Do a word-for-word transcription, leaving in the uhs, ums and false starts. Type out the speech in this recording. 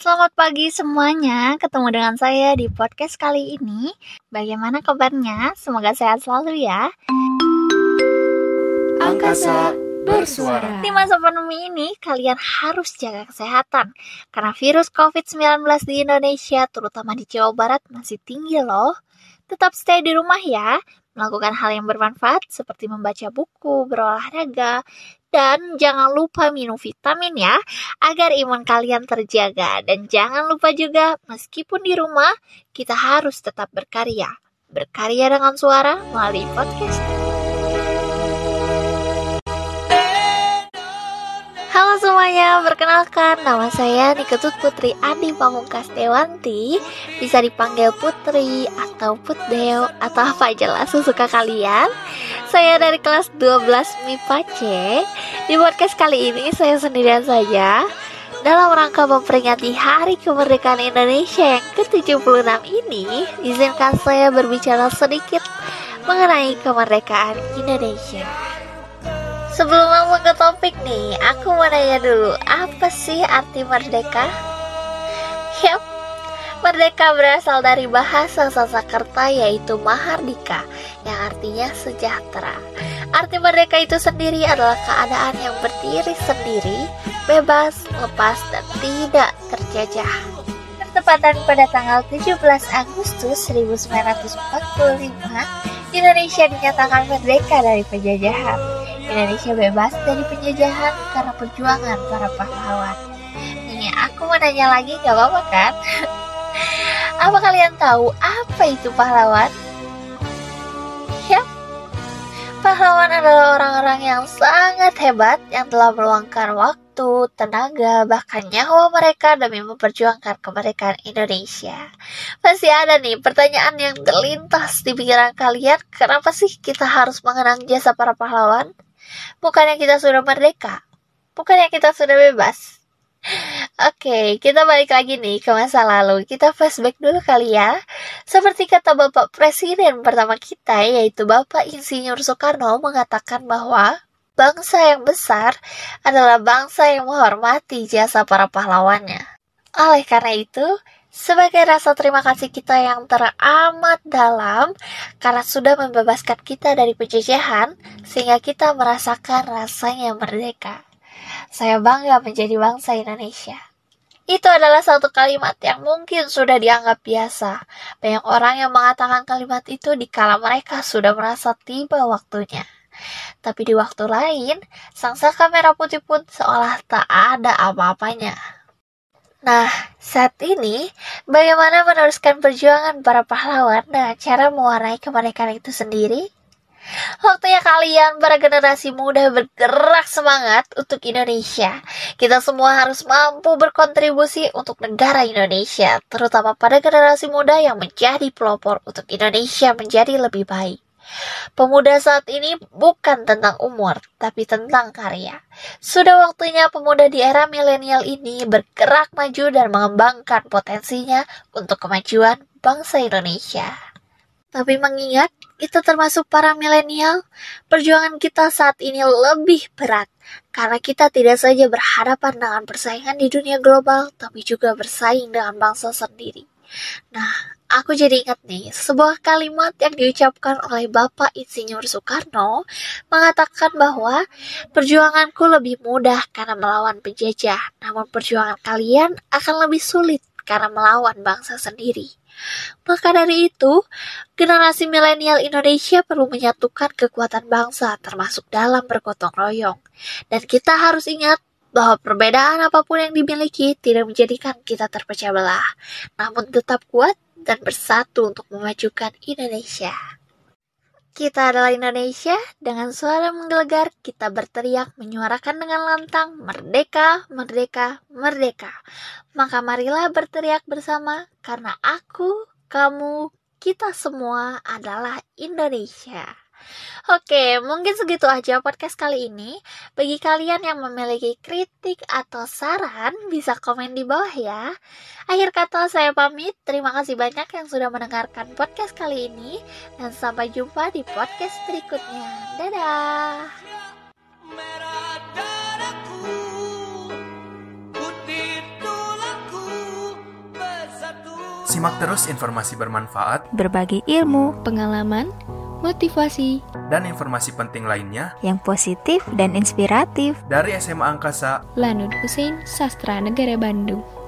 Selamat pagi semuanya, ketemu dengan saya di podcast kali ini. Bagaimana kabarnya? Semoga sehat selalu ya. Angkasa Bersuara. Di masa pandemi ini, kalian harus jaga kesehatan. Karena virus covid sembilan belas di Indonesia, terutama di Jawa Barat, masih tinggi loh. Tetap stay di rumah ya. Melakukan hal yang bermanfaat seperti membaca buku, berolahraga, dan jangan lupa minum vitamin ya, agar imun kalian terjaga. Dan jangan lupa juga, meskipun di rumah, kita harus tetap berkarya. Berkarya dengan suara melalui podcast. Halo semuanya, perkenalkan nama saya Niketut Putri Adi Pamungkas Dewanti. Bisa dipanggil Putri atau Putdeo atau apa aja lah sesuka kalian. Saya dari kelas dua belas M I P A C. Di podcast kali ini saya sendirian saja. Dalam rangka memperingati Hari Kemerdekaan Indonesia yang ke tujuh puluh enam ini, izinkan saya berbicara sedikit mengenai kemerdekaan Indonesia. Sebelum langsung ke topik nih, aku mau nanya dulu, apa sih arti merdeka? Yap, merdeka berasal dari bahasa Sanskerta yaitu Mahardika, yang artinya sejahtera. Arti merdeka itu sendiri adalah keadaan yang berdiri sendiri, bebas, lepas, dan tidak terjajah. Bertepatan pada tanggal tujuh belas Agustus seribu sembilan ratus empat puluh lima, Indonesia dinyatakan merdeka dari penjajahan. Indonesia bebas dari penjajahan karena perjuangan para pahlawan. Nih, aku mau nanya lagi, gak apa-apa kan? Apa kalian tahu apa itu pahlawan? Ya, pahlawan adalah orang-orang yang sangat hebat yang telah meluangkan waktu, tenaga, bahkan nyawa mereka demi memperjuangkan kemerdekaan Indonesia. Pasti ada nih pertanyaan yang terlintas di pikiran kalian, kenapa sih kita harus mengenang jasa para pahlawan? Bukannya kita sudah merdeka? Bukannya kita sudah bebas? Oke, kita balik lagi nih ke masa lalu. Kita flashback dulu kali ya. Seperti kata Bapak Presiden pertama kita, yaitu Bapak Insinyur Soekarno, mengatakan bahwa bangsa yang besar adalah bangsa yang menghormati jasa para pahlawannya. Oleh karena itu, sebagai rasa terima kasih kita yang teramat dalam karena sudah membebaskan kita dari penjajahan sehingga kita merasakan rasanya merdeka. Saya bangga menjadi bangsa Indonesia. Itu adalah satu kalimat yang mungkin sudah dianggap biasa. Banyak orang yang mengatakan kalimat itu dikala mereka sudah merasa tiba waktunya. Tapi di waktu lain, sang saka merah putih pun seolah tak ada apa-apanya. Nah, saat ini, bagaimana meneruskan perjuangan para pahlawan dengan cara mewarnai kemerdekaan itu sendiri? Waktunya kalian, para generasi muda, bergerak semangat untuk Indonesia. Kita semua harus mampu berkontribusi untuk negara Indonesia, terutama pada generasi muda yang menjadi pelopor untuk Indonesia menjadi lebih baik. Pemuda saat ini bukan tentang umur, tapi tentang karya. Sudah waktunya pemuda di era milenial ini bergerak maju dan mengembangkan potensinya untuk kemajuan bangsa Indonesia. Tapi mengingat kita termasuk para milenial, perjuangan kita saat ini lebih berat karena kita tidak saja berhadapan dengan persaingan di dunia global, tapi juga bersaing dengan bangsa sendiri. Nah, aku jadi ingat nih, sebuah kalimat yang diucapkan oleh Bapak Insinyur Soekarno mengatakan bahwa perjuanganku lebih mudah karena melawan penjajah, namun perjuangan kalian akan lebih sulit karena melawan bangsa sendiri. Maka dari itu, generasi milenial Indonesia perlu menyatukan kekuatan bangsa termasuk dalam bergotong royong. Dan kita harus ingat bahwa perbedaan apapun yang dimiliki tidak menjadikan kita terpecah belah, namun tetap kuat dan bersatu untuk memajukan Indonesia. Kita adalah Indonesia, dengan suara menggelegar kita berteriak menyuarakan dengan lantang, merdeka, merdeka, merdeka. Maka marilah berteriak bersama, karena aku, kamu, kita semua adalah Indonesia. Oke, mungkin segitu aja podcast kali ini. Bagi kalian yang memiliki kritik atau saran, bisa komen di bawah ya. Akhir kata saya pamit, terima kasih banyak yang sudah mendengarkan podcast kali ini. Dan sampai jumpa di podcast berikutnya. Dadah! Merah darahku, putih tulangku. Simak terus informasi bermanfaat, berbagi ilmu, pengalaman, motivasi, dan informasi penting lainnya yang positif dan inspiratif dari S M A Angkasa Lanud Husein Sastra Negara Bandung.